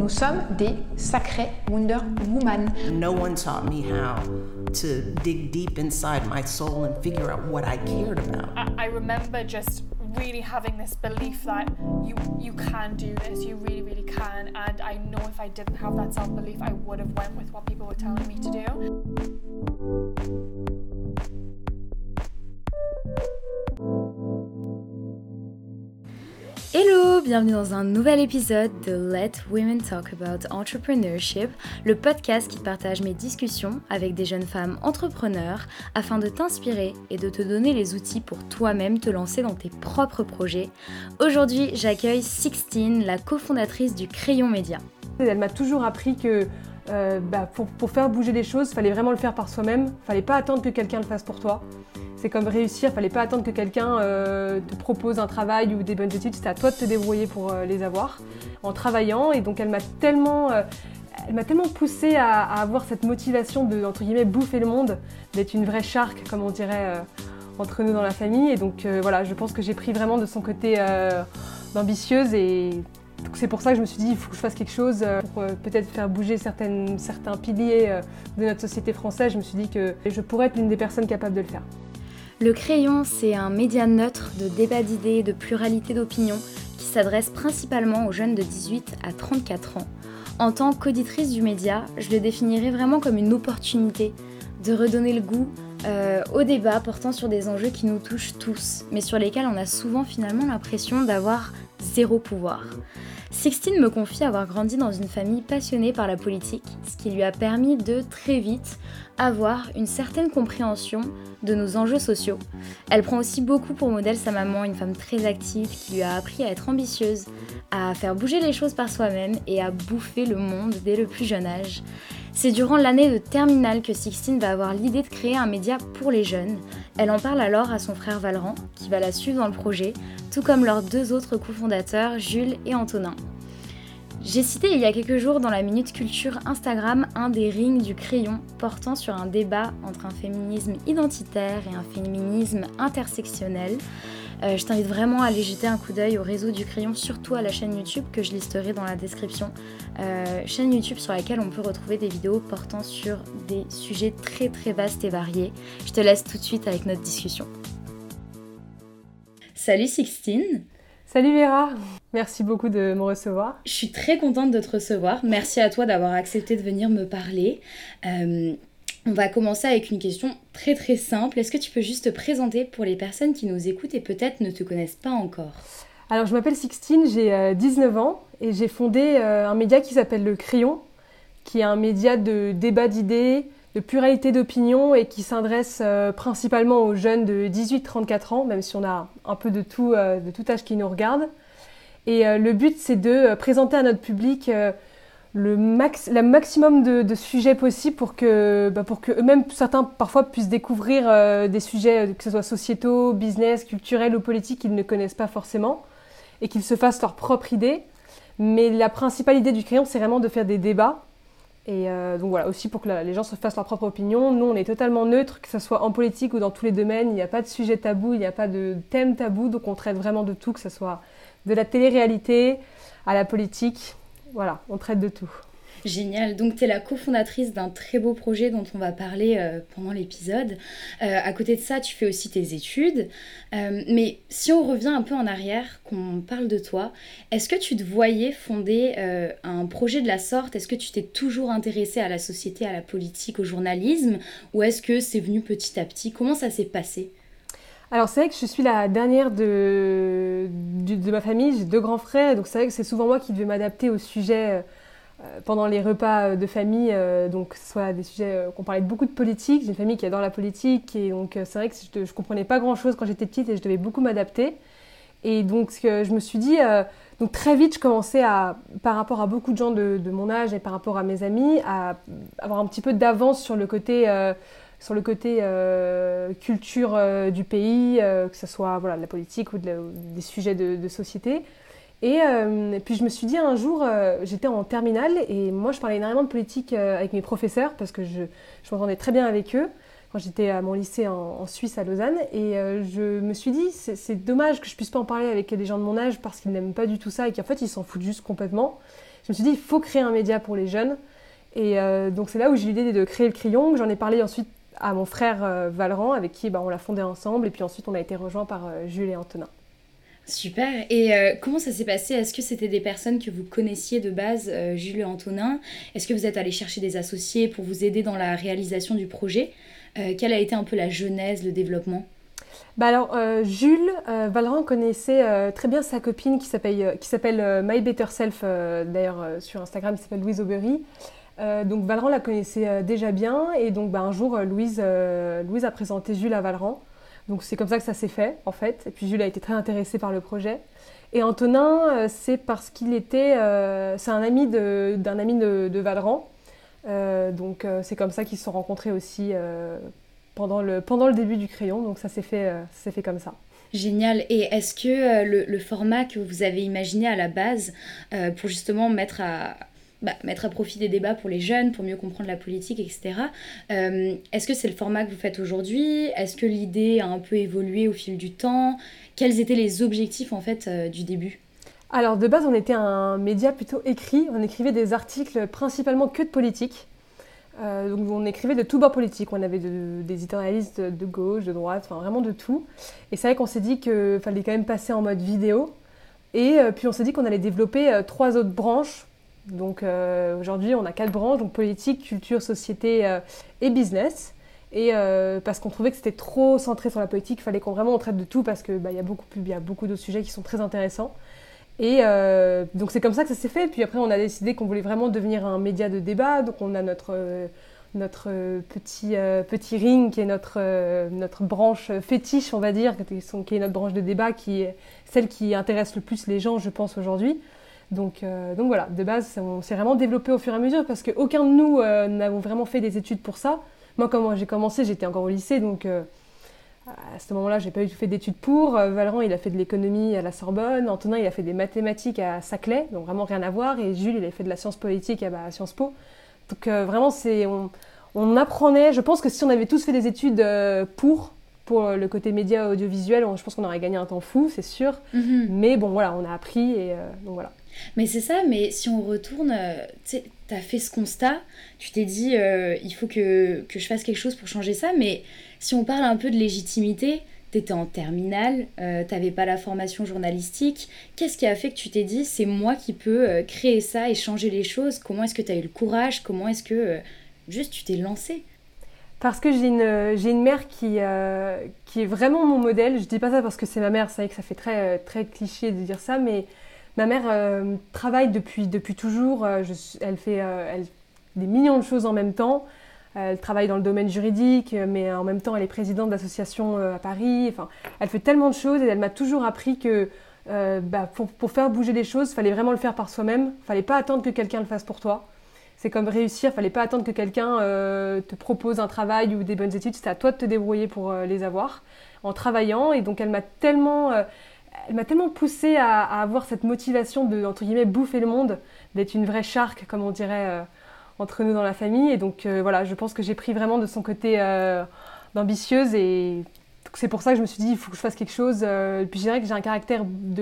Nous sommes des sacrées Wonder Woman. No one taught me how to dig deep inside my soul and figure out what I cared about. I remember just really having this belief that you can do this, you really, really can. And I know if I didn't have that self-belief, I would have went with what people were telling me to do. Hello, bienvenue dans un nouvel épisode de Let Women Talk About Entrepreneurship, le podcast qui partage mes discussions avec des jeunes femmes entrepreneurs afin de t'inspirer et de te donner les outils pour toi-même te lancer dans tes propres projets. Aujourd'hui, j'accueille Sixtine, la cofondatrice du Crayon Média. Elle m'a toujours appris que pour faire bouger les choses, il fallait vraiment le faire par soi-même, il ne fallait pas attendre que quelqu'un le fasse pour toi. C'est comme réussir, il ne fallait pas attendre que quelqu'un te propose un travail ou des bonnes études, c'était à toi de te débrouiller pour les avoir en travaillant. Et donc elle m'a tellement poussée à avoir cette motivation de, entre guillemets, bouffer le monde, d'être une vraie shark, comme on dirait entre nous dans la famille. Et donc voilà, je pense que j'ai pris vraiment de son côté d'ambitieuse et donc c'est pour ça que je me suis dit il faut que je fasse quelque chose pour peut-être faire bouger certains piliers de notre société française. Je me suis dit que je pourrais être l'une des personnes capables de le faire. Le Crayon, c'est un média neutre de débat d'idées, de pluralité d'opinions qui s'adresse principalement aux jeunes de 18 à 34 ans. En tant qu'auditrice du média, je le définirais vraiment comme une opportunité de redonner le goût au débat portant sur des enjeux qui nous touchent tous, mais sur lesquels on a souvent finalement l'impression d'avoir zéro pouvoir. Sixtine me confie avoir grandi dans une famille passionnée par la politique, ce qui lui a permis de très vite avoir une certaine compréhension de nos enjeux sociaux. Elle prend aussi beaucoup pour modèle sa maman, une femme très active qui lui a appris à être ambitieuse, à faire bouger les choses par soi-même et à bouffer le monde dès le plus jeune âge. C'est durant l'année de terminale que Sixtine va avoir l'idée de créer un média pour les jeunes. Elle en parle alors à son frère Valran, qui va la suivre dans le projet, tout comme leurs deux autres cofondateurs, Jules et Antonin. J'ai cité il y a quelques jours dans la Minute Culture Instagram un des rings du Crayon portant sur un débat entre un féminisme identitaire et un féminisme intersectionnel. Je t'invite vraiment à aller jeter un coup d'œil au réseau du Crayon, surtout à la chaîne YouTube que je listerai dans la description. Chaîne YouTube sur laquelle on peut retrouver des vidéos portant sur des sujets très très vastes et variés. Je te laisse tout de suite avec notre discussion. Salut Sixtine. Salut Vera, merci beaucoup de me recevoir. Je suis très contente de te recevoir. Merci à toi d'avoir accepté de venir me parler. On va commencer avec une question très très simple. Est-ce que tu peux juste te présenter pour les personnes qui nous écoutent et peut-être ne te connaissent pas encore ? Alors je m'appelle Sixtine, j'ai 19 ans et j'ai fondé un média qui s'appelle Le Crayon, qui est un média de débat d'idées, de pluralité d'opinions et qui s'adresse principalement aux jeunes de 18-34 ans, même si on a un peu de tout âge qui nous regarde. Et le but, c'est de présenter à notre public le maximum de sujets possibles pour que eux-mêmes, certains parfois, puissent découvrir des sujets, que ce soit sociétaux, business, culturels ou politiques, qu'ils ne connaissent pas forcément et qu'ils se fassent leur propre idée. Mais la principale idée du Crayon, c'est vraiment de faire des débats. Et donc voilà, aussi pour que les gens se fassent leur propre opinion. Nous, on est totalement neutre, que ce soit en politique ou dans tous les domaines. Il n'y a pas de sujet tabou, il n'y a pas de thème tabou. Donc on traite vraiment de tout, que ce soit de la télé-réalité à la politique. Voilà, on traite de tout. Génial, donc tu es la cofondatrice d'un très beau projet dont on va parler pendant l'épisode. À côté de ça, tu fais aussi tes études. Mais si on revient un peu en arrière, qu'on parle de toi, est-ce que tu te voyais fonder un projet de la sorte ? Est-ce que tu t'es toujours intéressée à la société, à la politique, au journalisme ? Ou est-ce que c'est venu petit à petit ? Comment ça s'est passé ? Alors c'est vrai que je suis la dernière de ma famille, j'ai 2 grands frères, donc c'est vrai que c'est souvent moi qui devais m'adapter au sujet pendant les repas de famille, donc que ce soit des sujets qu'on parlait beaucoup de politique. J'ai une famille qui adore la politique et donc c'est vrai que je comprenais pas grand chose quand j'étais petite et je devais beaucoup m'adapter. Et donc je me suis dit, donc très vite je commençais par rapport à beaucoup de gens de mon âge et par rapport à mes amis, à avoir un petit peu d'avance sur le côté culture du pays, que ce soit voilà, de la politique ou des sujets de société. Et puis je me suis dit un jour, j'étais en terminale et moi je parlais énormément de politique avec mes professeurs parce que je m'entendais très bien avec eux quand j'étais à mon lycée en Suisse à Lausanne. Et je me suis dit, c'est dommage que je puisse pas en parler avec des gens de mon âge parce qu'ils n'aiment pas du tout ça et qu'en fait ils s'en foutent juste complètement. je me suis dit, il faut créer un média pour les jeunes. Et donc c'est là où j'ai eu l'idée de créer le Crayon. J'en ai parlé ensuite à mon frère Valran, avec qui on l'a fondé ensemble. Et puis ensuite, on a été rejoints par Jules et Antonin. Super. Et comment ça s'est passé? Est-ce que c'était des personnes que vous connaissiez de base, Jules et Antonin? Est-ce que vous êtes allés chercher des associés pour vous aider dans la réalisation du projet? Quelle a été un peu la genèse, le développement? Alors, Jules Valran connaissait très bien sa copine qui s'appelle My Better Self, d'ailleurs sur Instagram, qui s'appelle Louise Aubery. Donc Valran la connaissait déjà bien, et donc un jour, Louise a présenté Jules à Valran. Donc c'est comme ça que ça s'est fait, en fait. Et puis Jules a été très intéressé par le projet. Et Antonin, c'est parce qu'il était... c'est un ami d'un ami de Valran. Donc c'est comme ça qu'ils se sont rencontrés aussi pendant le début du Crayon. Donc ça s'est fait comme ça. Génial. Et est-ce que le format que vous avez imaginé à la base pour justement mettre à profit des débats pour les jeunes, pour mieux comprendre la politique, etc. Est-ce que c'est le format que vous faites aujourd'hui? Est-ce que l'idée a un peu évolué au fil du temps? Quels étaient les objectifs en fait du début? Alors de base, on était un média plutôt écrit. On écrivait des articles principalement que de politique. Donc on écrivait de tout bord politique. On avait des éditorialistes de gauche, de droite, enfin vraiment de tout. Et c'est vrai qu'on s'est dit qu'il fallait quand même passer en mode vidéo. Et puis on s'est dit qu'on allait développer 3 autres branches. Donc aujourd'hui, on a 4 branches, donc politique, culture, société et business. Et parce qu'on trouvait que c'était trop centré sur la politique, il fallait qu'on traite de tout parce qu'il y a beaucoup d'autres sujets qui sont très intéressants. Et donc c'est comme ça que ça s'est fait. Puis après, on a décidé qu'on voulait vraiment devenir un média de débat. Donc on a notre petit ring qui est notre branche fétiche, on va dire, qui est notre branche de débat, qui est celle qui intéresse le plus les gens, je pense, aujourd'hui. Donc voilà, de base, on s'est vraiment développé au fur et à mesure parce qu'aucun de nous n'avons vraiment fait des études pour ça. Moi, quand j'ai commencé, j'étais encore au lycée, donc à ce moment-là, j'ai pas eu fait d'études pour. Valran, il a fait de l'économie à la Sorbonne. Antonin, il a fait des mathématiques à Saclay, donc vraiment rien à voir. Et Jules, il a fait de la science politique à Sciences Po. Donc vraiment, on apprenait. Je pense que si on avait tous fait des études pour le côté média audiovisuel, je pense qu'on aurait gagné un temps fou, c'est sûr. Mm-hmm. Mais bon, voilà, on a appris et donc voilà. Mais c'est ça, mais si on retourne, tu sais, t'as fait ce constat, tu t'es dit, il faut que je fasse quelque chose pour changer ça, mais si on parle un peu de légitimité, t'étais en terminale, t'avais pas la formation journalistique, qu'est-ce qui a fait que tu t'es dit, c'est moi qui peux créer ça et changer les choses? Comment est-ce que t'as eu le courage? Comment est-ce que juste tu t'es lancée? Parce que j'ai une mère qui est vraiment mon modèle. Je dis pas ça parce que c'est ma mère, c'est vrai que ça fait très, très cliché de dire ça, mais ma mère travaille depuis toujours. Elle fait des millions de choses en même temps. Elle travaille dans le domaine juridique, mais en même temps, elle est présidente d'associations à Paris. Enfin, elle fait tellement de choses et elle m'a toujours appris que pour faire bouger les choses, il fallait vraiment le faire par soi-même. Il ne fallait pas attendre que quelqu'un le fasse pour toi. C'est comme réussir, il ne fallait pas attendre que quelqu'un te propose un travail ou des bonnes études. C'était à toi de te débrouiller pour les avoir en travaillant. Et donc, elle m'a tellement poussée à avoir cette motivation de, entre guillemets, bouffer le monde, d'être une vraie shark, comme on dirait entre nous dans la famille. Et donc, voilà, je pense que j'ai pris vraiment de son côté d'ambitieuse. Et c'est pour ça que je me suis dit, il faut que je fasse quelque chose. Puis je dirais que j'ai un caractère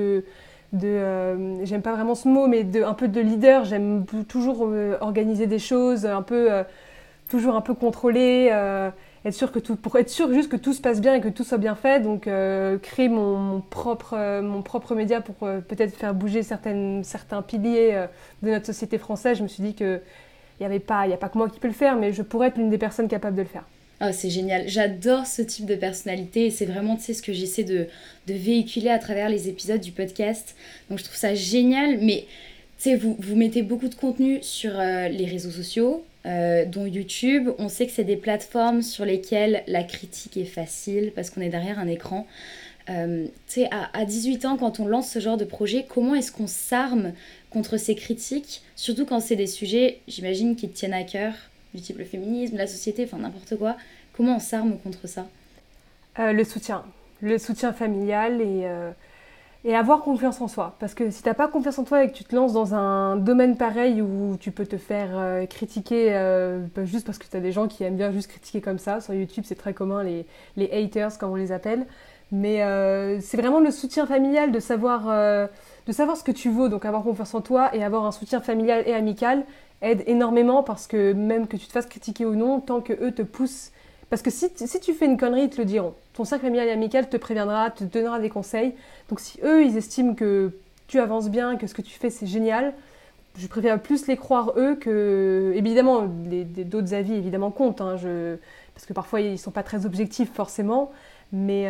j'aime pas vraiment ce mot, mais un peu de leader. J'aime toujours organiser des choses, toujours un peu contrôler, pour être sûr juste que tout se passe bien et que tout soit bien fait. Donc créer mon propre média pour peut-être faire bouger certains piliers de notre société française. Je me suis dit que il n'y a pas que moi qui peux le faire, mais je pourrais être l'une des personnes capables de le faire. Oh, c'est génial, j'adore ce type de personnalité et c'est vraiment ce que j'essaie de véhiculer à travers les épisodes du podcast. Donc je trouve ça génial, mais vous mettez beaucoup de contenu sur les réseaux sociaux, dont YouTube. On sait que c'est des plateformes sur lesquelles la critique est facile parce qu'on est derrière un écran. À 18 ans, quand on lance ce genre de projet, comment est-ce qu'on s'arme contre ces critiques, surtout quand c'est des sujets, j'imagine, qui te tiennent à cœur, du type le féminisme, la société, enfin n'importe quoi. Comment on s'arme contre ça? Le soutien familial et avoir confiance en soi. Parce que si tu n'as pas confiance en toi et que tu te lances dans un domaine pareil où tu peux te faire critiquer juste parce que tu as des gens qui aiment bien juste critiquer comme ça. Sur YouTube, c'est très commun, les haters, comme on les appelle. Mais c'est vraiment le soutien familial de savoir ce que tu vaux, donc avoir confiance en toi et avoir un soutien familial et amical aide énormément parce que même que tu te fasses critiquer ou non, tant que eux te poussent. Parce que si tu fais une connerie, ils te le diront. Ton cercle familial et amical te préviendra, te donnera des conseils. Donc si eux, ils estiment que tu avances bien, que ce que tu fais, c'est génial, je préfère plus les croire eux que... Évidemment, d'autres avis, évidemment, comptent. Hein, parce que parfois, ils ne sont pas très objectifs, forcément. Mais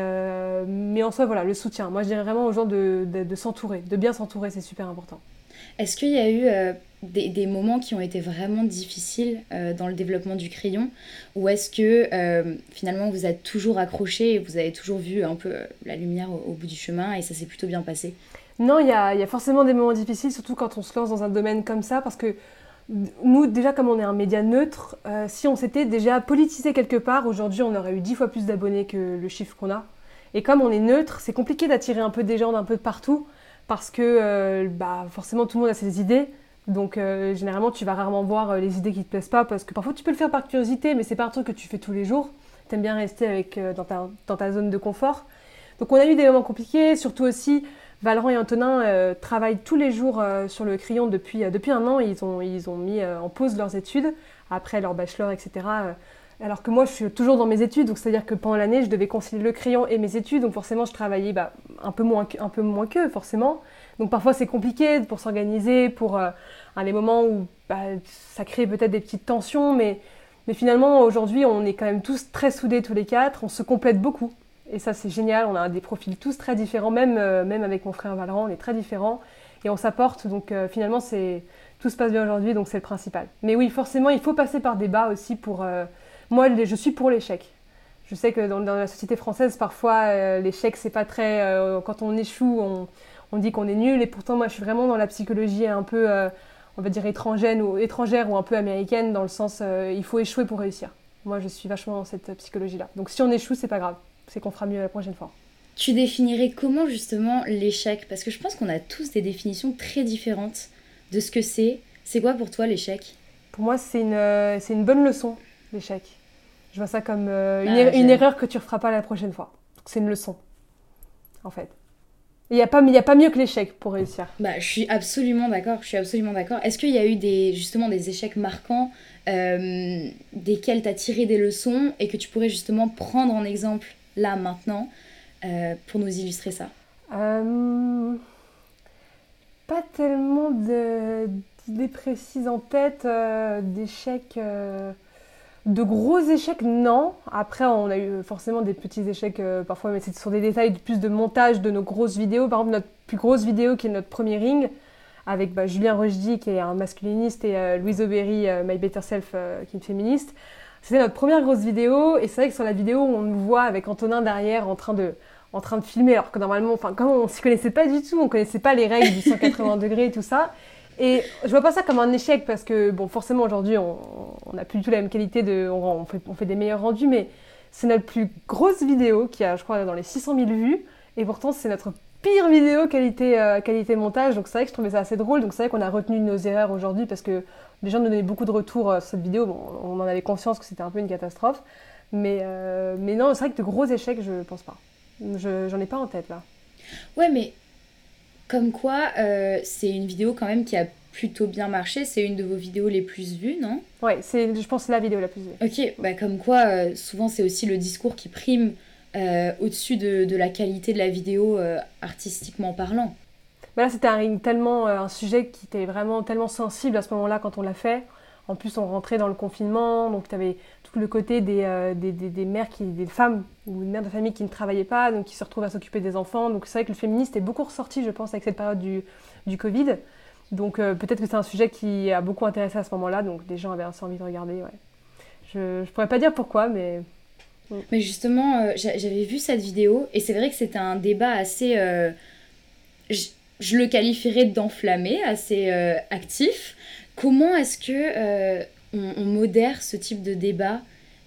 en soi, voilà, le soutien. Moi, je dirais vraiment aux gens de s'entourer, de bien s'entourer, c'est super important. Est-ce qu'il y a eu des moments qui ont été vraiment difficiles dans le développement du crayon, ou est-ce que finalement vous êtes toujours accroché et vous avez toujours vu un peu la lumière au bout du chemin et ça s'est plutôt bien passé? Non, il y a forcément des moments difficiles, surtout quand on se lance dans un domaine comme ça, parce que nous, déjà, comme on est un média neutre, si on s'était déjà politisé quelque part, aujourd'hui, on aurait eu 10 fois plus d'abonnés que le chiffre qu'on a. Et comme on est neutre, c'est compliqué d'attirer un peu des gens d'un peu de partout, parce que forcément, tout le monde a ses idées. Donc, généralement, tu vas rarement voir les idées qui te plaisent pas, parce que parfois, tu peux le faire par curiosité, mais c'est pas un truc que tu fais tous les jours. T'aimes bien rester dans ta zone de confort. Donc, on a eu des moments compliqués, surtout aussi... Valran et Antonin travaillent tous les jours sur le crayon depuis un an. Ils ont mis en pause leurs études après leur bachelor, etc. Alors que moi, je suis toujours dans mes études. Donc, c'est-à-dire que pendant l'année, je devais concilier le crayon et mes études. Donc, forcément, je travaillais un peu moins qu'eux, forcément. Donc, parfois, c'est compliqué pour s'organiser, pour les moments où ça crée peut-être des petites tensions. Mais finalement, aujourd'hui, on est quand même tous très soudés, tous les quatre. On se complète beaucoup. Et ça, c'est génial. On a des profils tous très différents. Même avec mon frère Valran, on est très différents. Et on s'apporte. Donc, finalement, tout se passe bien aujourd'hui. Donc, c'est le principal. Mais oui, forcément, il faut passer par des bas aussi pour... Moi, je suis pour l'échec. Je sais que dans la société française, parfois, l'échec, c'est pas très... quand on échoue, on dit qu'on est nul. Et pourtant, moi, je suis vraiment dans la psychologie un peu, on va dire, étrangère ou un peu américaine, dans le sens, il faut échouer pour réussir. Moi, je suis vachement dans cette psychologie-là. Donc, si on échoue, c'est pas grave. C'est qu'on fera mieux la prochaine fois. Tu définirais comment justement l'échec? Parce que je pense qu'on a tous des définitions très différentes de ce que c'est. C'est quoi pour toi l'échec? Pour moi, c'est une bonne leçon, l'échec. Je vois ça comme une erreur que tu ne referas pas la prochaine fois. Donc c'est une leçon, en fait. Il n'y a pas mieux que l'échec pour réussir. Je suis absolument d'accord. Est-ce qu'il y a eu justement des échecs marquants desquels tu as tiré des leçons et que tu pourrais justement prendre en exemple là, maintenant, pour nous illustrer ça? Pas tellement d'idées précises en tête, d'échecs, de gros échecs, non. Après, on a eu forcément des petits échecs parfois, mais c'est sur des détails plus de montage de nos grosses vidéos. Par exemple, notre plus grosse vidéo qui est notre premier ring, avec Julien Rochdy qui est un masculiniste et Louise Aubéry, My Better Self, qui est une féministe. C'était notre première grosse vidéo et c'est vrai que sur la vidéo, on nous voit avec Antonin derrière en train de filmer, alors que normalement, comme on ne s'y connaissait pas du tout, on ne connaissait pas les règles du 180 degrés et tout ça. Et je vois pas ça comme un échec parce que, bon, forcément aujourd'hui, on n'a plus du tout la même qualité, on fait des meilleurs rendus, mais c'est notre plus grosse vidéo qui a, je crois, dans les 600 000 vues et pourtant c'est notre pire vidéo qualité montage. Donc c'est vrai que je trouvais ça assez drôle. Donc c'est vrai qu'on a retenu nos erreurs aujourd'hui parce que les gens nous donnaient beaucoup de retours sur cette vidéo. Bon, on en avait conscience que c'était un peu une catastrophe. Mais non, c'est vrai que de gros échecs, je pense pas. J'en ai pas en tête là. Ouais, mais comme quoi, c'est une vidéo quand même qui a plutôt bien marché. C'est une de vos vidéos les plus vues, non? Ouais, je pense la vidéo la plus vue. Ok, comme quoi, souvent c'est aussi le discours qui prime au-dessus de la qualité de la vidéo artistiquement parlant. Là, c'était un sujet qui était vraiment tellement sensible à ce moment-là quand on l'a fait. En plus, on rentrait dans le confinement, donc tu avais tout le côté des mères, des femmes ou des mères de famille qui ne travaillaient pas, donc qui se retrouvent à s'occuper des enfants. Donc c'est vrai que le féministe est beaucoup ressorti, je pense, avec cette période du Covid. Donc peut-être que c'est un sujet qui a beaucoup intéressé à ce moment-là, donc les gens avaient assez envie de regarder. Ouais. Je pourrais pas dire pourquoi, mais... Mais justement, j'avais vu cette vidéo, et c'est vrai que c'était un débat assez... je le qualifierais d'enflammé, assez actif. Comment est-ce que on modère ce type de débat,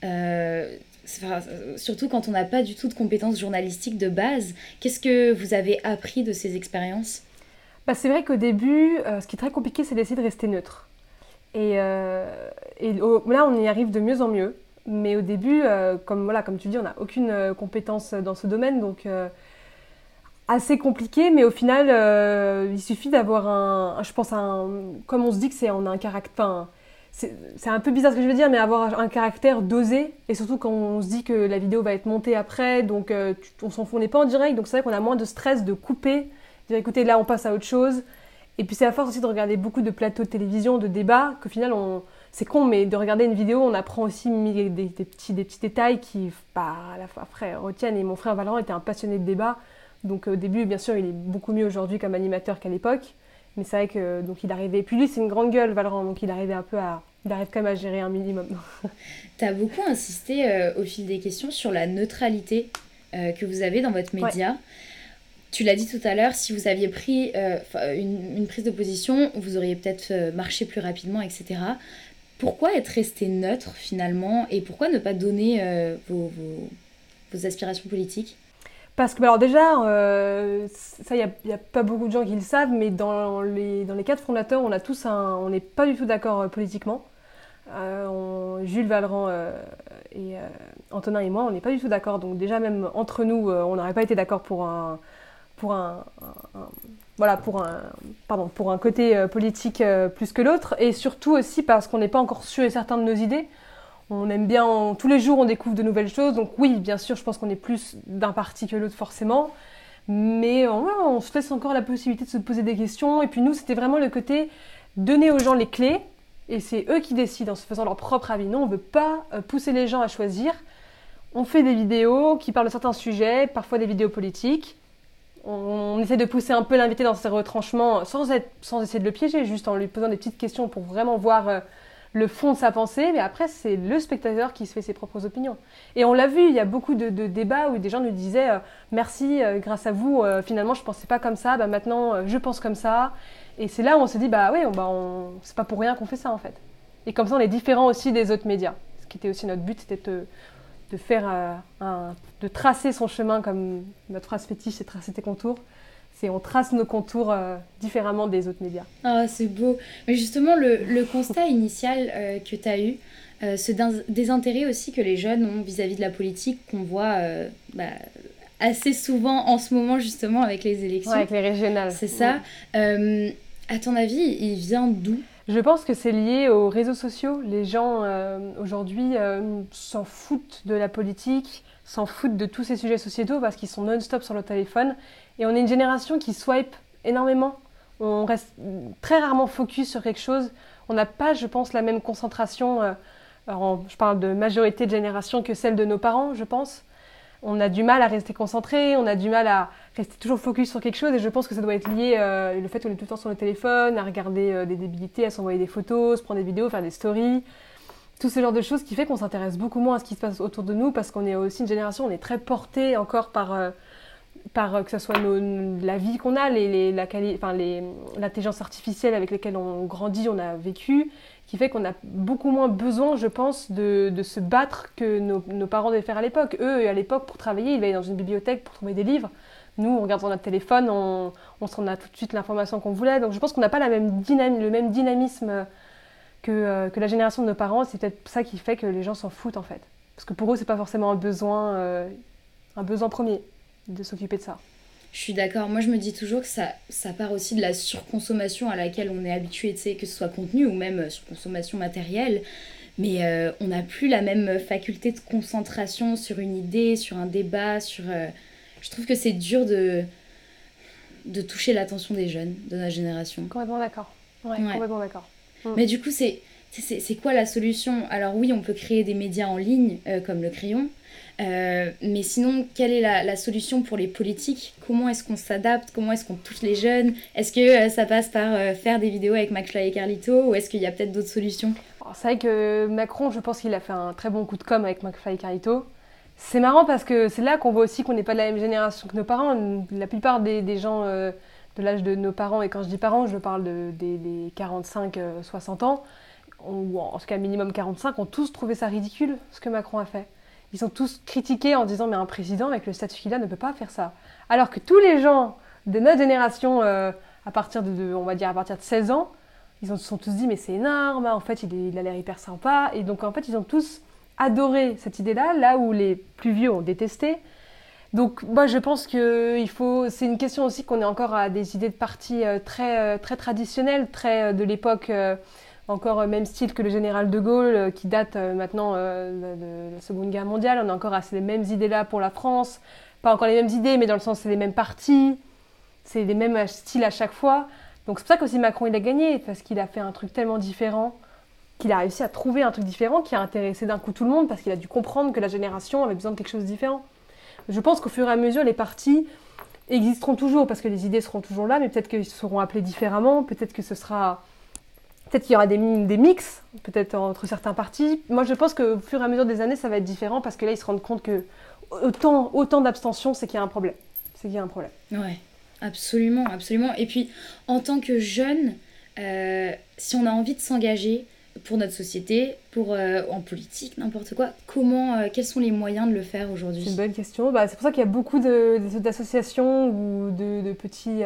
surtout quand on n'a pas du tout de compétences journalistiques de base? Qu'est-ce que vous avez appris de ces expériences? C'est vrai qu'au début, ce qui est très compliqué, c'est d'essayer de rester neutre. Et là, on y arrive de mieux en mieux. Mais au début, comme tu dis, on n'a aucune compétence dans ce domaine, donc assez compliqué. Mais au final, il suffit d'avoir comme on se dit on a un caractère. C'est un peu bizarre ce que je veux dire, mais avoir un caractère dosé, et surtout quand on se dit que la vidéo va être montée après, donc on s'en fout, on n'est pas en direct, donc c'est vrai qu'on a moins de stress de couper, de dire écoutez, là on passe à autre chose. Et puis c'est à force aussi de regarder beaucoup de plateaux de télévision, de débats, qu'au final c'est con, mais de regarder une vidéo, on apprend aussi des petits détails qui, à la fois, après, retiennent. Et mon frère Valorant était un passionné de débat, donc au début, bien sûr, il est beaucoup mieux aujourd'hui comme animateur qu'à l'époque. Mais c'est vrai que donc il arrivait. Puis lui, c'est une grande gueule, Valorant, donc il arrive quand même à gérer un minimum. Tu as beaucoup insisté au fil des questions sur la neutralité que vous avez dans votre média. Ouais. Tu l'as dit tout à l'heure, si vous aviez pris une prise de position, vous auriez peut-être marché plus rapidement, etc. Pourquoi être resté neutre finalement, et pourquoi ne pas donner vos aspirations politiques ? Parce que, alors déjà, ça, il n'y a pas beaucoup de gens qui le savent, mais dans les 4 fondateurs, on n'est pas du tout d'accord politiquement. Jules, Valorant et Antonin et moi, on n'est pas du tout d'accord. Donc déjà, même entre nous, on n'aurait pas été d'accord pour un côté politique plus que l'autre. Et surtout aussi parce qu'on n'est pas encore sûr et certain de nos idées. On aime bien, tous les jours on découvre de nouvelles choses, donc oui, bien sûr, je pense qu'on est plus d'un parti que l'autre forcément, mais on se laisse encore la possibilité de se poser des questions, et puis nous, c'était vraiment le côté donner aux gens les clés, et c'est eux qui décident en se faisant leur propre avis. Nous, on ne veut pas pousser les gens à choisir, on fait des vidéos qui parlent de certains sujets, parfois des vidéos politiques, on essaie de pousser un peu l'invité dans ses retranchements, sans essayer de le piéger, juste en lui posant des petites questions pour vraiment voir le fond de sa pensée, mais après c'est le spectateur qui se fait ses propres opinions. Et on l'a vu, il y a beaucoup de débats où des gens nous disaient merci, grâce à vous, finalement je pensais pas comme ça, maintenant je pense comme ça. Et c'est là où on s'est dit c'est pas pour rien qu'on fait ça en fait. Et comme ça on est différent aussi des autres médias. Ce qui était aussi notre but, c'était de tracer son chemin, comme notre phrase fétiche, c'est tracer tes contours. On trace nos contours différemment des autres médias. Ah, c'est beau. Mais justement, le constat initial que tu as eu, ce désintérêt aussi que les jeunes ont vis-à-vis de la politique, qu'on voit assez souvent en ce moment, justement, avec les élections. Ouais, avec les régionales. C'est ça. À ton avis, il vient d'où ? Je pense que c'est lié aux réseaux sociaux. Les gens, aujourd'hui, s'en foutent de la politique, s'en foutent de tous ces sujets sociétaux parce qu'ils sont non-stop sur le téléphone. Et on est une génération qui swipe énormément. On reste très rarement focus sur quelque chose. On n'a pas, je pense, la même concentration. Je parle de majorité de génération que celle de nos parents, je pense. On a du mal à rester concentré, on a du mal à rester toujours focus sur quelque chose. Et je pense que ça doit être lié le fait qu'on est tout le temps sur le téléphone, à regarder des débilités, à s'envoyer des photos, se prendre des vidéos, faire des stories. Tout ce genre de choses qui fait qu'on s'intéresse beaucoup moins à ce qui se passe autour de nous parce qu'on est aussi une génération, on est très porté encore par que ce soit la vie qu'on a, l'intelligence artificielle avec laquelle on grandit, on a vécu, qui fait qu'on a beaucoup moins besoin, je pense, de se battre que nos parents devaient faire à l'époque. Eux, à l'époque, pour travailler, ils allaient dans une bibliothèque pour trouver des livres. Nous, on regarde sur notre téléphone, on a tout de suite l'information qu'on voulait. Donc je pense qu'on n'a pas le même dynamisme que la génération de nos parents. C'est peut-être ça qui fait que les gens s'en foutent, en fait. Parce que pour eux, c'est pas forcément un besoin premier de s'occuper de ça. Je suis d'accord. Moi, je me dis toujours que ça part aussi de la surconsommation à laquelle on est habitué, tu sais, que ce soit contenu ou même surconsommation matérielle. Mais on n'a plus la même faculté de concentration sur une idée, sur un débat, je trouve que c'est dur de toucher l'attention des jeunes de notre génération. Complètement d'accord. Ouais. Complètement d'accord. Mais du coup, c'est quoi la solution ? Alors oui, on peut créer des médias en ligne, comme le Crayon. Mais sinon, quelle est la solution pour les politiques ? Comment est-ce qu'on s'adapte ? Comment est-ce qu'on touche les jeunes ? Est-ce que ça passe par faire des vidéos avec McFly et Carlito ? Ou est-ce qu'il y a peut-être d'autres solutions ? Alors, c'est vrai que Macron, je pense qu'il a fait un très bon coup de com' avec McFly et Carlito. C'est marrant parce que c'est là qu'on voit aussi qu'on n'est pas de la même génération que nos parents. La plupart des gens de l'âge de nos parents, et quand je dis parents, je parle des 45-60 ans, ou en tout cas minimum 45, ont tous trouvé ça ridicule, ce que Macron a fait. Ils ont tous critiqué en disant « mais un président avec le statut qu'il a ne peut pas faire ça ». Alors que tous les gens de notre génération, à partir de 16 ans, ils se sont tous dit « mais c'est énorme, en fait il a l'air hyper sympa ». Et donc en fait ils ont tous adoré cette idée-là, là où les plus vieux ont détesté. Donc moi je pense que c'est une question aussi qu'on est encore à des idées de parti très traditionnelles, très de l'époque, encore même style que le général de Gaulle, qui date maintenant de la Seconde Guerre mondiale. On est encore à ces mêmes idées-là pour la France. Pas encore les mêmes idées, mais dans le sens c'est les mêmes partis, c'est les mêmes styles à chaque fois. Donc c'est pour ça qu'aussi Macron il a gagné, parce qu'il a fait un truc tellement différent, qu'il a réussi à trouver un truc différent qui a intéressé d'un coup tout le monde, parce qu'il a dû comprendre que la génération avait besoin de quelque chose de différent. Je pense qu'au fur et à mesure, les partis existeront toujours, parce que les idées seront toujours là, mais peut-être qu'ils seront appelés différemment, peut-être qu'il y aura des mix, peut-être entre certains partis. Moi, je pense qu'au fur et à mesure des années, ça va être différent, parce que là, ils se rendent compte que autant d'abstention, c'est qu'il y a un problème. Ouais, absolument, absolument. Et puis, en tant que jeune, si on a envie de s'engager pour notre société, en politique, n'importe quoi, quels sont les moyens de le faire aujourd'hui ? C'est une bonne question. C'est pour ça qu'il y a beaucoup d'associations ou de petits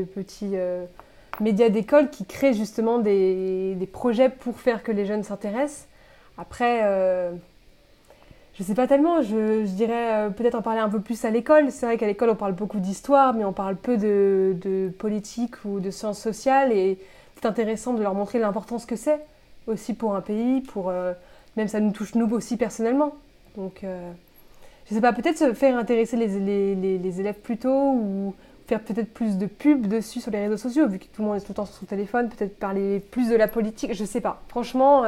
médias d'école qui créent justement des projets pour faire que les jeunes s'intéressent. Après, je ne sais pas tellement, je dirais peut-être en parler un peu plus à l'école. C'est vrai qu'à l'école, on parle beaucoup d'histoire, mais on parle peu de politique ou de sciences sociales, et c'est intéressant de leur montrer l'importance que c'est aussi pour un pays, même ça nous touche nous aussi personnellement. Donc, je sais pas, peut-être se faire intéresser les élèves plus tôt, ou faire peut-être plus de pubs dessus sur les réseaux sociaux, vu que tout le monde est tout le temps sur son téléphone, peut-être parler plus de la politique, je sais pas. Franchement,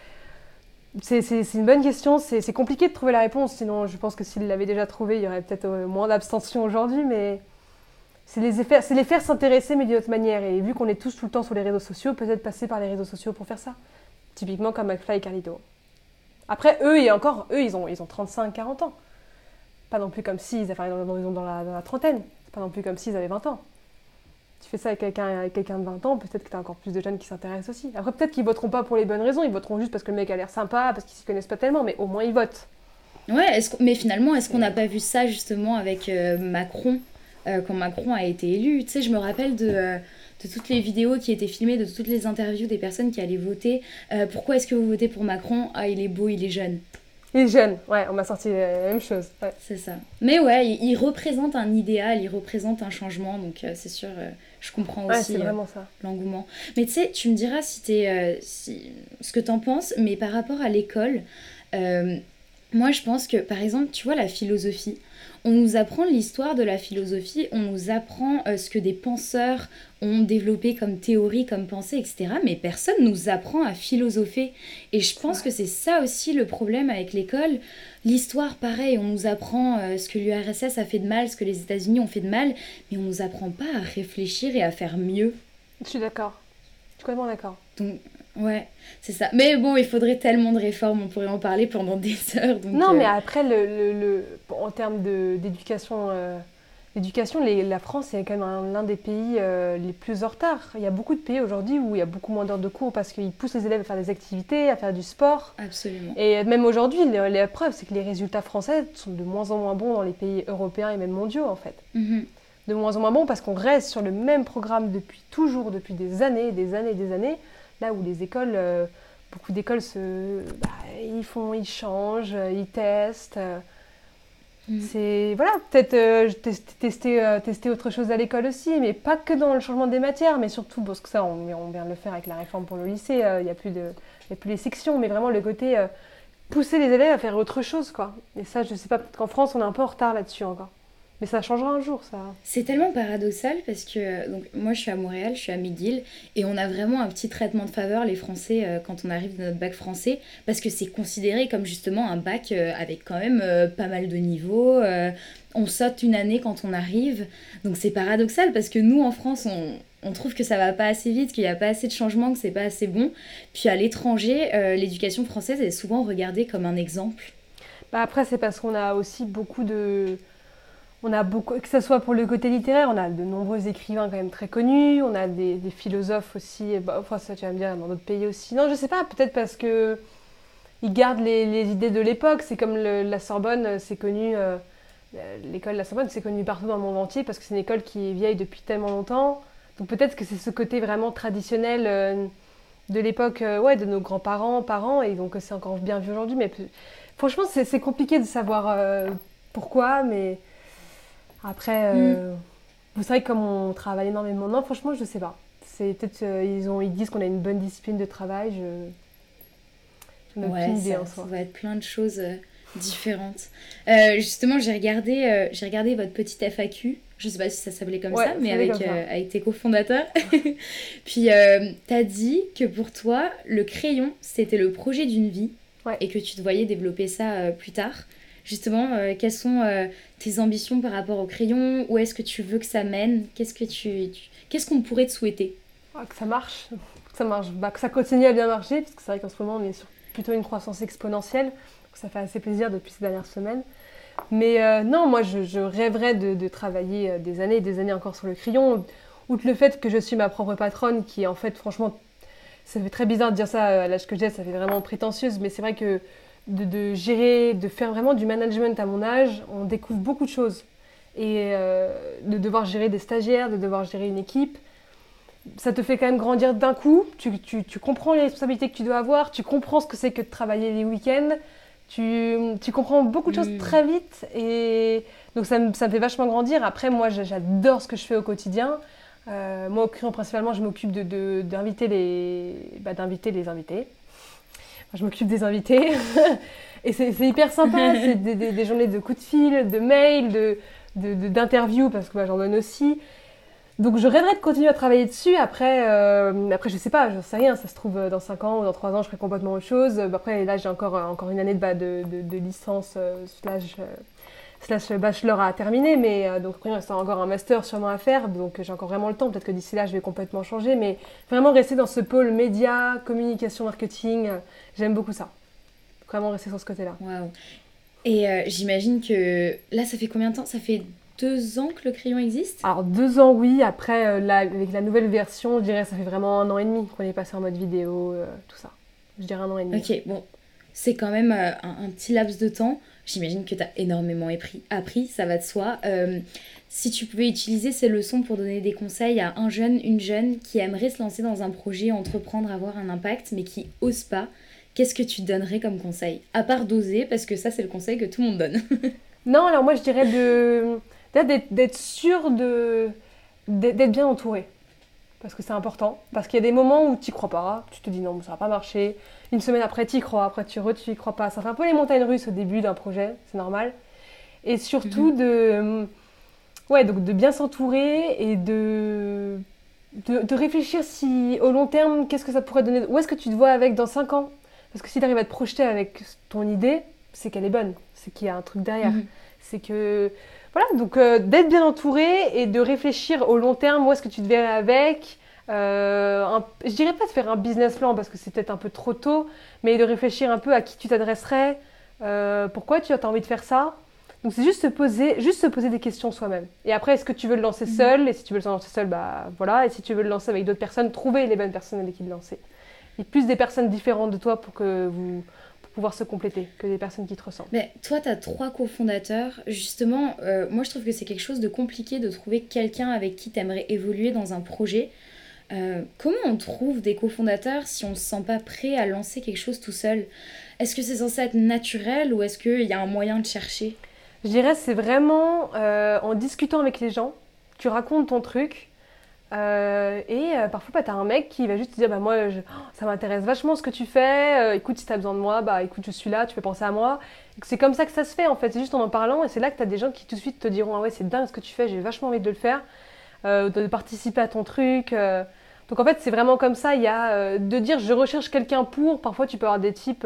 c'est une bonne question, c'est compliqué de trouver la réponse, sinon je pense que s'ils l'avaient déjà trouvé, il y aurait peut-être moins d'abstention aujourd'hui, mais c'est les faire s'intéresser, mais d'une autre manière. Et vu qu'on est tous tout le temps sur les réseaux sociaux, peut-être passer par les réseaux sociaux pour faire ça. Typiquement comme McFly et Carlito. Après, eux, ils ont 35-40 ans. Pas non plus comme s'ils avaient dans la trentaine. C'est pas non plus comme s'ils avaient 20 ans. Tu fais ça avec quelqu'un de 20 ans, peut-être que tu as encore plus de jeunes qui s'intéressent aussi. Après, peut-être qu'ils voteront pas pour les bonnes raisons, ils voteront juste parce que le mec a l'air sympa, parce qu'ils s'y connaissent pas tellement, mais au moins ils votent. Ouais, mais finalement, est-ce qu'on n'a pas vu ça justement avec Macron, quand Macron a été élu ? Tu sais, je me rappelle de toutes les vidéos qui étaient filmées, de toutes les interviews des personnes qui allaient voter. Pourquoi est-ce que vous votez pour Macron ? Ah, il est beau, il est jeune. Il est jeune, ouais, on m'a sorti la même chose. Ouais. C'est ça. Mais ouais, il représente un idéal, il représente un changement, donc c'est sûr, je comprends aussi l'engouement. Mais tu sais, tu me diras ce que t'en penses, mais par rapport à l'école, moi je pense que, par exemple, tu vois, la philosophie, on nous apprend l'histoire de la philosophie, on nous apprend ce que des penseurs ont développé comme théorie, comme pensée, etc. Mais personne nous apprend à philosopher. Et je pense que c'est ça aussi le problème avec l'école. L'histoire, pareil, on nous apprend ce que l'URSS a fait de mal, ce que les États-Unis ont fait de mal, mais on nous apprend pas à réfléchir et à faire mieux. Je suis d'accord. Je suis complètement d'accord. Donc, ouais, c'est ça. Mais bon, il faudrait tellement de réformes, on pourrait en parler pendant des heures. Donc, non, mais après, en termes d'éducation, la France est quand même l'un des pays les plus en retard. Il y a beaucoup de pays aujourd'hui où il y a beaucoup moins d'heures de cours parce qu'ils poussent les élèves à faire des activités, à faire du sport. Absolument. Et même aujourd'hui, la preuve, c'est que les résultats français sont de moins en moins bons dans les pays européens et même mondiaux, en fait. Mm-hmm. De moins en moins bons parce qu'on reste sur le même programme depuis des années, des années. Là où les écoles, beaucoup d'écoles, ils changent, ils testent. C'est, voilà, peut-être tester autre chose à l'école aussi, mais pas que dans le changement des matières, mais surtout, parce que ça, on vient de le faire avec la réforme pour le lycée, il n'y a plus les sections, mais vraiment le côté pousser les élèves à faire autre chose, quoi. Et ça, je sais pas, peut-être qu'en France, on est un peu en retard là-dessus encore. Mais ça changera un jour, ça. C'est tellement paradoxal parce que donc, moi je suis à Montréal, je suis à McGill et on a vraiment un petit traitement de faveur les Français quand on arrive de notre bac français parce que c'est considéré comme justement un bac avec quand même pas mal de niveaux. On saute une année quand on arrive. Donc c'est paradoxal parce que nous en France on trouve que ça va pas assez vite, qu'il y a pas assez de changements, que c'est pas assez bon. Puis à l'étranger, l'éducation française est souvent regardée comme un exemple. Après c'est parce qu'on a aussi que ce soit pour le côté littéraire, on a de nombreux écrivains quand même très connus, on a des philosophes aussi, ça tu vas me dire dans d'autres pays aussi. Non, je sais pas, peut-être parce que ils gardent les idées de l'époque, c'est comme la Sorbonne, c'est connu, l'école de la Sorbonne, c'est connu partout dans le monde entier parce que c'est une école qui est vieille depuis tellement longtemps. Donc peut-être que c'est ce côté vraiment traditionnel de l'époque, de nos grands-parents, parents, et donc c'est encore bien vu aujourd'hui, mais Franchement, c'est compliqué de savoir pourquoi, mais après, vous savez comme on travaille énormément. Non, franchement, je sais pas. C'est peut-être ils disent qu'on a une bonne discipline de travail. Je n'ai aucune idée en soi. Ça va être plein de choses différentes. Justement, j'ai regardé votre petite FAQ. Je sais pas si ça s'appelait comme ça, mais avec tes cofondateurs. Puis, t'as dit que pour toi, le crayon, c'était le projet d'une vie et que tu te voyais développer ça plus tard. Justement, quelles sont tes ambitions par rapport au crayon? Où est-ce que tu veux que ça mène? Qu'est-ce qu'on pourrait te souhaiter? Que ça marche. Que ça continue à bien marcher, parce que c'est vrai qu'en ce moment, on est sur plutôt une croissance exponentielle. Donc ça fait assez plaisir depuis ces dernières semaines. Mais non, moi, je rêverais de travailler des années et des années encore sur le crayon. Outre le fait que je suis ma propre patronne, qui est en fait, franchement, ça fait très bizarre de dire ça à l'âge que j'ai, ça fait vraiment prétentieuse, mais c'est vrai que de gérer, de faire vraiment du management à mon âge, on découvre beaucoup de choses. Et de devoir gérer des stagiaires, de devoir gérer une équipe, ça te fait quand même grandir d'un coup. Tu comprends les responsabilités que tu dois avoir, tu comprends ce que c'est que de travailler les week-ends, tu comprends beaucoup de choses très vite. Et donc ça me fait vachement grandir. Après, moi, j'adore ce que je fais au quotidien. Moi, au crayon, principalement, je m'occupe d'inviter les invités. Je m'occupe des invités et c'est hyper sympa, c'est des journées de coups de fil, de mails, d'interviews parce que j'en donne aussi. Donc je rêverais de continuer à travailler dessus. Après je sais pas, j'en sais rien, ça se trouve dans 5 ans ou dans 3 ans je ferai complètement autre chose. Après là j'ai encore une année de licence slash bachelor à terminer, mais donc il reste encore un master sûrement à faire, donc j'ai encore vraiment le temps, peut-être que d'ici là je vais complètement changer, mais vraiment rester dans ce pôle média, communication, marketing, j'aime beaucoup ça. Vraiment rester sur ce côté-là. Waouh. Et j'imagine que là ça fait combien de temps? Ça fait 2 ans que le crayon existe? Alors 2 ans oui, après avec la nouvelle version, je dirais ça fait vraiment 1 an et demi qu'on est passé en mode vidéo, tout ça. Je dirais 1 an et demi. Ok, bon, c'est quand même un petit laps de temps. J'imagine que tu as énormément appris, ça va de soi. Si tu pouvais utiliser ces leçons pour donner des conseils à un jeune, une jeune qui aimerait se lancer dans un projet, entreprendre, avoir un impact, mais qui n'ose pas, qu'est-ce que tu donnerais comme conseil? À part d'oser, parce que ça, c'est le conseil que tout le monde donne. Non, alors moi, je dirais d'être sûr d'être bien entouré. Parce que c'est important. Parce qu'il y a des moments où tu n'y crois pas, tu te dis non, ça va pas marcher. Une semaine après, tu y crois, après tu y crois pas. Ça fait un peu les montagnes russes au début d'un projet, c'est normal. Et surtout de bien s'entourer et de réfléchir si au long terme, qu'est-ce que ça pourrait donner. Où est-ce que tu te vois avec dans 5 ans? Parce que si tu arrives à te projeter avec ton idée, c'est qu'elle est bonne, c'est qu'il y a un truc derrière. C'est que... Voilà, donc d'être bien entouré et de réfléchir au long terme, où est-ce que tu te verrais avec. Je dirais pas de faire un business plan parce que c'est peut-être un peu trop tôt, mais de réfléchir un peu à qui tu t'adresserais, pourquoi tu as envie de faire ça. Donc c'est juste se poser des questions soi-même. Et après, est-ce que tu veux le lancer seul? Et si tu veux le lancer seul, bah voilà. Et si tu veux le lancer avec d'autres personnes, trouver les bonnes personnes avec qui le lancer. Et plus des personnes différentes de toi pour pouvoir se compléter que des personnes qui te ressemblent. Mais toi, tu as 3 cofondateurs. Justement, moi, je trouve que c'est quelque chose de compliqué de trouver quelqu'un avec qui tu aimerais évoluer dans un projet. Comment on trouve des cofondateurs si on ne se sent pas prêt à lancer quelque chose tout seul? Est-ce que c'est censé être naturel ou est-ce qu'il y a un moyen de chercher? Je dirais c'est vraiment en discutant avec les gens, tu racontes ton truc. Parfois tu as un mec qui va juste te dire bah moi ça m'intéresse vachement ce que tu fais, écoute si tu as besoin de moi, bah écoute je suis là, tu peux penser à moi. Et c'est comme ça que ça se fait en fait, c'est juste en parlant et c'est là que tu as des gens qui tout de suite te diront ah ouais c'est dingue ce que tu fais, j'ai vachement envie de le faire, de participer à ton truc. Donc en fait c'est vraiment comme ça, il y a de dire je recherche quelqu'un pour, parfois tu peux avoir des types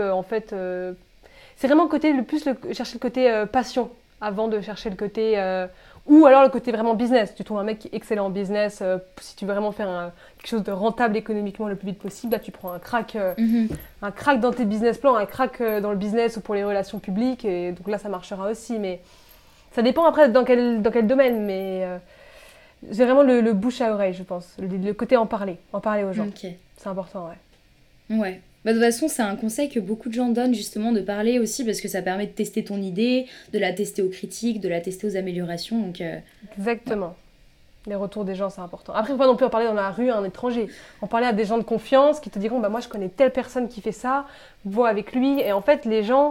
c'est vraiment chercher le côté passion avant de chercher le côté... ou alors le côté vraiment business. Tu trouves un mec qui est excellent en business. Si tu veux vraiment faire quelque chose de rentable économiquement le plus vite possible, là tu prends un crack dans tes business plans, un crack dans le business ou pour les relations publiques. Et donc là ça marchera aussi. Mais ça dépend après dans quel domaine. Mais c'est vraiment le bouche à oreille, je pense. Le côté en parler aux gens. Okay. C'est important, ouais. Ouais. Bah, de toute façon, c'est un conseil que beaucoup de gens donnent justement de parler aussi parce que ça permet de tester ton idée, de la tester aux critiques, de la tester aux améliorations. Donc, Exactement. Ouais. Les retours des gens, c'est important. Après, il ne faut pas non plus en parler dans la rue à un étranger. En parler à des gens de confiance qui te diront bah, moi, je connais telle personne qui fait ça, vois avec lui. Et en fait, les gens,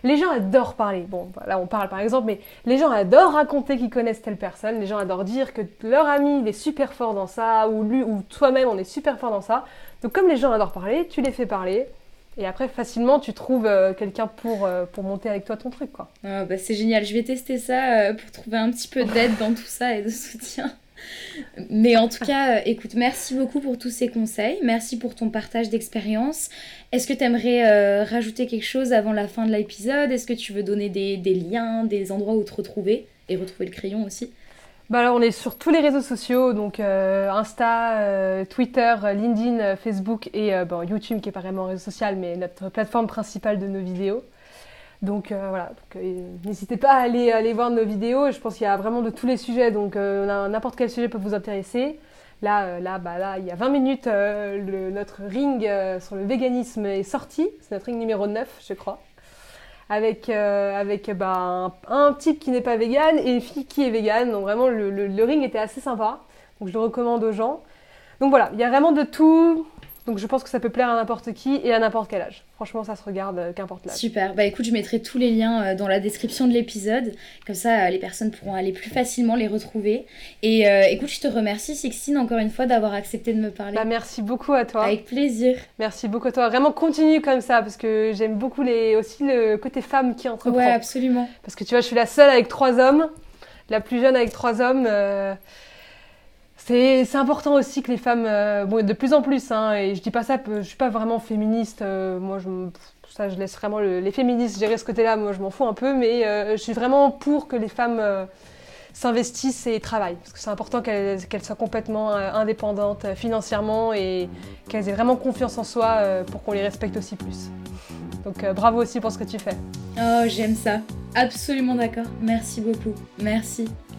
Les gens adorent parler. Bon, là on parle par exemple, mais les gens adorent raconter qu'ils connaissent telle personne. Les gens adorent dire que leur ami il est super fort dans ça, ou lui ou toi-même on est super fort dans ça. Donc comme les gens adorent parler, tu les fais parler. Et après, facilement, tu trouves quelqu'un pour monter avec toi ton truc, quoi. Ah, bah, c'est génial, je vais tester ça pour trouver un petit peu d'aide dans tout ça et de soutien. Mais en tout cas, écoute, merci beaucoup pour tous ces conseils, merci pour ton partage d'expérience. Est-ce que tu aimerais rajouter quelque chose avant la fin de l'épisode? Est-ce que tu veux donner des liens, des endroits où te retrouver et retrouver le crayon aussi? Bah alors, on est sur tous les réseaux sociaux, donc Insta, Twitter, LinkedIn, Facebook et YouTube qui est pas vraiment un réseau social, mais notre plateforme principale de nos vidéos. Donc voilà, n'hésitez pas à aller voir nos vidéos. Je pense qu'il y a vraiment de tous les sujets, donc n'importe quel sujet peut vous intéresser. Là, il y a 20 minutes, notre ring sur le véganisme est sorti. C'est notre ring numéro 9, je crois. Avec un type qui n'est pas vegan et une fille qui est végane. Donc vraiment, le ring était assez sympa. Donc je le recommande aux gens. Donc voilà, il y a vraiment de tout. Donc je pense que ça peut plaire à n'importe qui et à n'importe quel âge. Franchement, ça se regarde qu'importe l'âge. Super, bah écoute, je mettrai tous les liens dans la description de l'épisode. Comme ça, les personnes pourront aller plus facilement les retrouver. Et écoute, je te remercie, Sixtine, encore une fois, d'avoir accepté de me parler. Bah, merci beaucoup à toi. Avec plaisir. Merci beaucoup à toi. Vraiment, continue comme ça, parce que j'aime beaucoup aussi le côté femme qui entreprend. Ouais, absolument. Parce que tu vois, je suis la seule avec 3 hommes, la plus jeune avec 3 hommes. C'est important aussi que les femmes, de plus en plus, hein, et je dis pas ça, je suis pas vraiment féministe, moi je laisse vraiment les féministes gérer ce côté-là, moi je m'en fous un peu, mais je suis vraiment pour que les femmes s'investissent et travaillent, parce que c'est important qu'elles soient complètement indépendantes financièrement et qu'elles aient vraiment confiance en soi pour qu'on les respecte aussi plus. Donc bravo aussi pour ce que tu fais. Oh, j'aime ça, absolument d'accord, merci beaucoup, merci.